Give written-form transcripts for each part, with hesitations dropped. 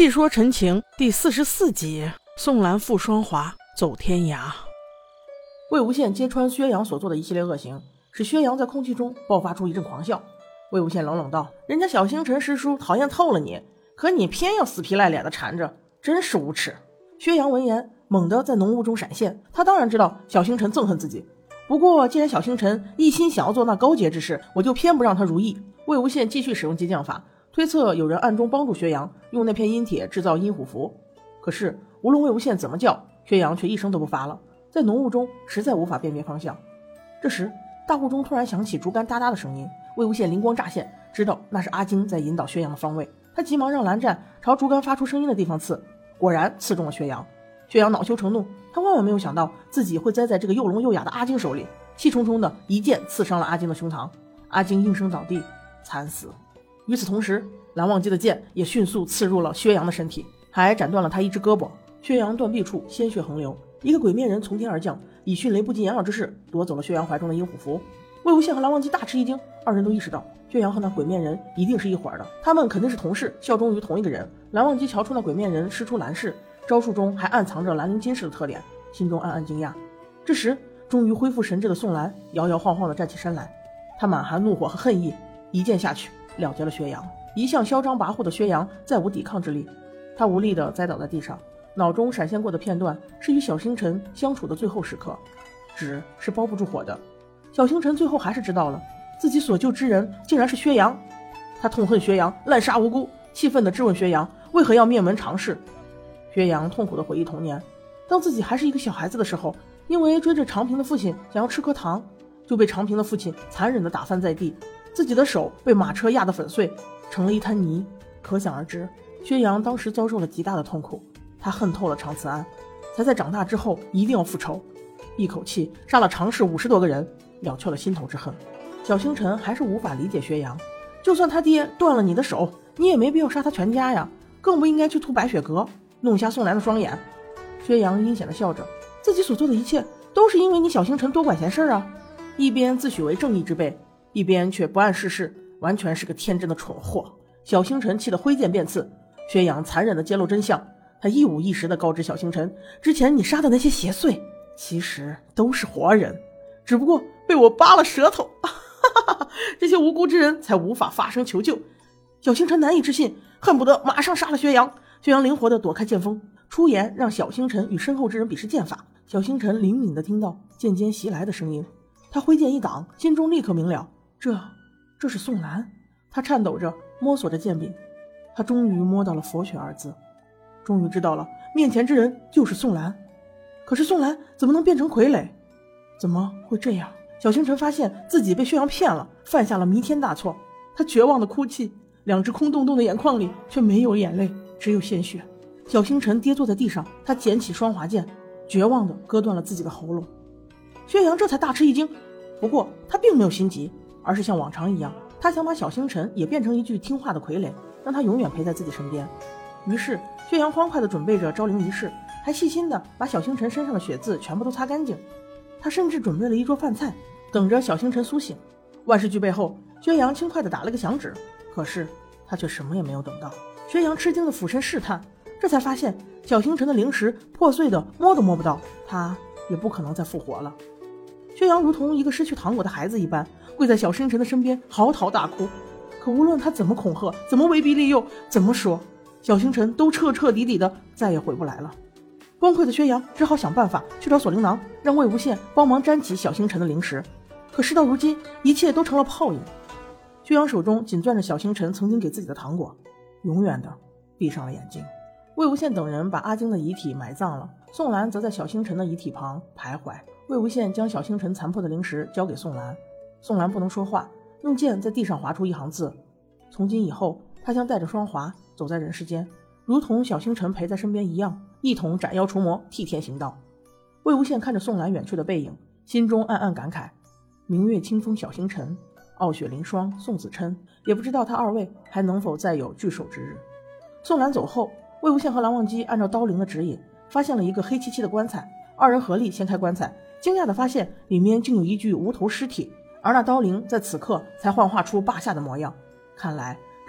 细说陈情第44集，宋兰赴双华走天涯。 魏无羡揭穿薛洋所做的一系列恶行，使薛洋在空气中爆发出一阵狂笑。魏无羡冷冷道：人家小星辰师叔讨厌透了你，可你偏要死皮赖脸的缠着，真是无耻。薛洋闻言猛地在浓雾中闪现，他当然知道小星辰憎恨自己，不过既然小星辰一心想要做那高洁之事，我就偏不让他如意。魏无羡继续使用激将法，推测有人暗中帮助薛洋用那片阴铁制造阴虎符。可是无论魏无羡怎么叫，薛洋却一声都不发了，在浓雾中实在无法辨别方向。这时大雾中突然响起竹竿哒哒的声音，魏无羡灵光乍现，知道那是阿金在引导薛洋的方位。他急忙让蓝湛朝竹竿发出声音的地方刺，果然刺中了薛洋。薛洋恼羞成怒，他万万没有想到自己会栽在这个又聋又哑的阿金手里，气冲冲的一剑刺伤了阿金的胸膛，阿金应声倒地惨死。与此同时，蓝忘机的剑也迅速刺入了薛洋的身体，还斩断了他一只胳膊。薛洋断臂处鲜血横流，一个鬼面人从天而降，以迅雷不及掩耳之势夺走了薛洋怀中的阴虎符。魏无羡和蓝忘机大吃一惊，二人都意识到薛洋和那鬼面人一定是一伙的，他们肯定是同事，效忠于同一个人。蓝忘机瞧出那鬼面人师出蓝氏，招数中还暗藏着兰陵金氏的特点，心中暗暗惊讶。这时终于恢复神智的宋兰摇摇晃晃地站起身来，他满含怒火和恨意，一剑下去了结了薛洋。一向嚣张跋扈的薛洋再无抵抗之力，他无力地栽倒在地上，脑中闪现过的片段是与小星辰相处的最后时刻，纸是包不住火的。小星辰最后还是知道了自己所救之人竟然是薛洋，他痛恨薛洋滥杀无辜，气愤地质问薛洋为何要灭门尝试。薛洋痛苦地回忆童年，当自己还是一个小孩子的时候，因为追着长平的父亲想要吃颗糖，就被长平的父亲残忍地打翻在地，自己的手被马车压得粉碎，成了一滩泥。可想而知，薛洋当时遭受了极大的痛苦，他恨透了长慈安，才在长大之后一定要复仇，一口气杀了常氏50多个人，了却了心头之恨。小星辰还是无法理解薛洋，就算他爹断了你的手，你也没必要杀他全家呀，更不应该去涂白雪阁，弄瞎宋兰的双眼。薛洋阴险地笑着，自己所做的一切都是因为你小星辰多管闲事啊，一边自诩为正义之辈，一边却不谙世事，完全是个天真的蠢货。小星辰气得挥剑便刺，薛洋残忍地揭露真相，他一五一十地告知小星辰，之前你杀的那些邪祟其实都是活人，只不过被我扒了舌头这些无辜之人才无法发声求救。小星辰难以置信，恨不得马上杀了薛洋。薛洋灵活地躲开剑锋，出言让小星辰与身后之人比试剑法。小星辰灵敏地听到剑尖袭来的声音，他挥剑一挡，心中立刻明了，这是宋兰。他颤抖着摸索着剑柄，他终于摸到了佛血二字，终于知道了面前之人就是宋兰。可是宋兰怎么能变成傀儡？怎么会这样？小星辰发现自己被薛洋骗了，犯下了弥天大错。他绝望地哭泣，两只空洞洞的眼眶里却没有眼泪，只有鲜血。小星辰跌坐在地上，他捡起双华剑，绝望地割断了自己的喉咙。薛洋这才大吃一惊，不过他并没有心急，而是像往常一样，他想把小星辰也变成一具听话的傀儡，让他永远陪在自己身边。于是薛洋欢快地准备着招灵仪式，还细心地把小星辰身上的血渍全部都擦干净。他甚至准备了一桌饭菜，等着小星辰苏醒。万事俱备后，薛洋轻快地打了个响指，可是他却什么也没有等到。薛洋吃惊地俯身试探，这才发现小星辰的灵石破碎的摸都摸不到，他也不可能再复活了。薛洋如同一个失去糖果的孩子一般，跪在小星辰的身边嚎啕大哭。可无论他怎么恐吓，怎么威逼利诱，怎么说，小星辰都彻彻底底的再也回不来了。崩溃的薛洋只好想办法去找锁灵囊，让魏无羡帮忙沾起小星辰的灵石。可事到如今，一切都成了泡影。薛洋手中紧攥着小星辰曾经给自己的糖果，永远的闭上了眼睛。魏无羡等人把阿金的遗体埋葬了，宋兰则在小星辰的遗体旁徘徊。魏无羡将小星辰残破的灵石交给宋兰，宋兰不能说话，用剑在地上划出一行字：从今以后，他将带着双华走在人世间，如同小星辰陪在身边一样，一同斩妖除魔，替天行道。魏无羡看着宋兰远去的背影，心中暗暗感慨：明月清风小星辰，傲雪凌霜宋子琛，也不知道他二位还能否再有聚首之日。宋兰走后，魏无羡和蓝忘机按照刀灵的指引，发现了一个黑漆漆的棺材。二人合力掀开棺材，惊讶地发现里面竟有一具无头尸体，而那刀灵在此刻才幻化出霸下的模样。看来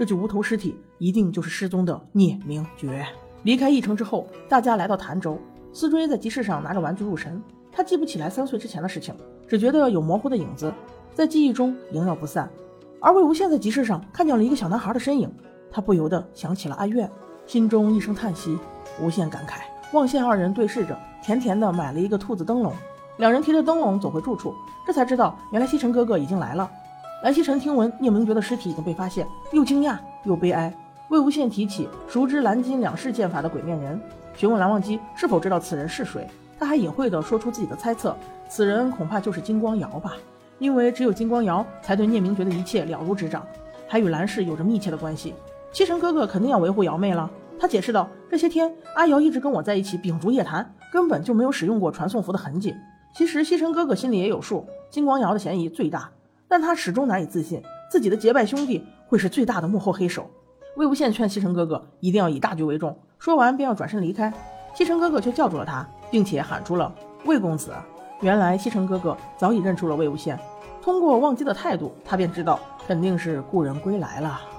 这具无头尸体一定就是失踪的聂明珏。离开驿城之后，大家来到潭州，思追在集市上拿着玩具入神，他记不起来3岁之前的事情，只觉得有模糊的影子在记忆中萦绕不散。而魏无羡在集市上看见了一个小男孩的身影，他不由得想起了哀怨，心中一声叹息，无限感慨。望羡二人对视着，甜甜的买了一个兔子灯笼，两人提着灯笼走回住处，这才知道原来西尘哥哥已经来了。蓝曦臣听闻聂明珏的尸体已经被发现，又惊讶又悲哀。魏无羡提起熟知蓝金两式剑法的鬼面人，询问蓝忘机是否知道此人是谁，他还隐晦地说出自己的猜测，此人恐怕就是金光瑶吧，因为只有金光瑶才对聂明珏的一切了如指掌，还与蓝氏有着密切的关系。西尘哥哥肯定要维护瑶妹了，他解释道，这些天阿瑶一直跟我在一起秉烛夜谈，根本就没有使用过传送符的痕迹。其实西尘哥哥心里也有数，金光瑶的嫌疑最大，但他始终难以自信自己的结拜兄弟会是最大的幕后黑手。魏无羡劝西尘哥哥一定要以大局为重，说完便要转身离开，西尘哥哥却叫住了他，并且喊出了魏公子。原来西尘哥哥早已认出了魏无羡，通过忘机的态度，他便知道肯定是故人归来了。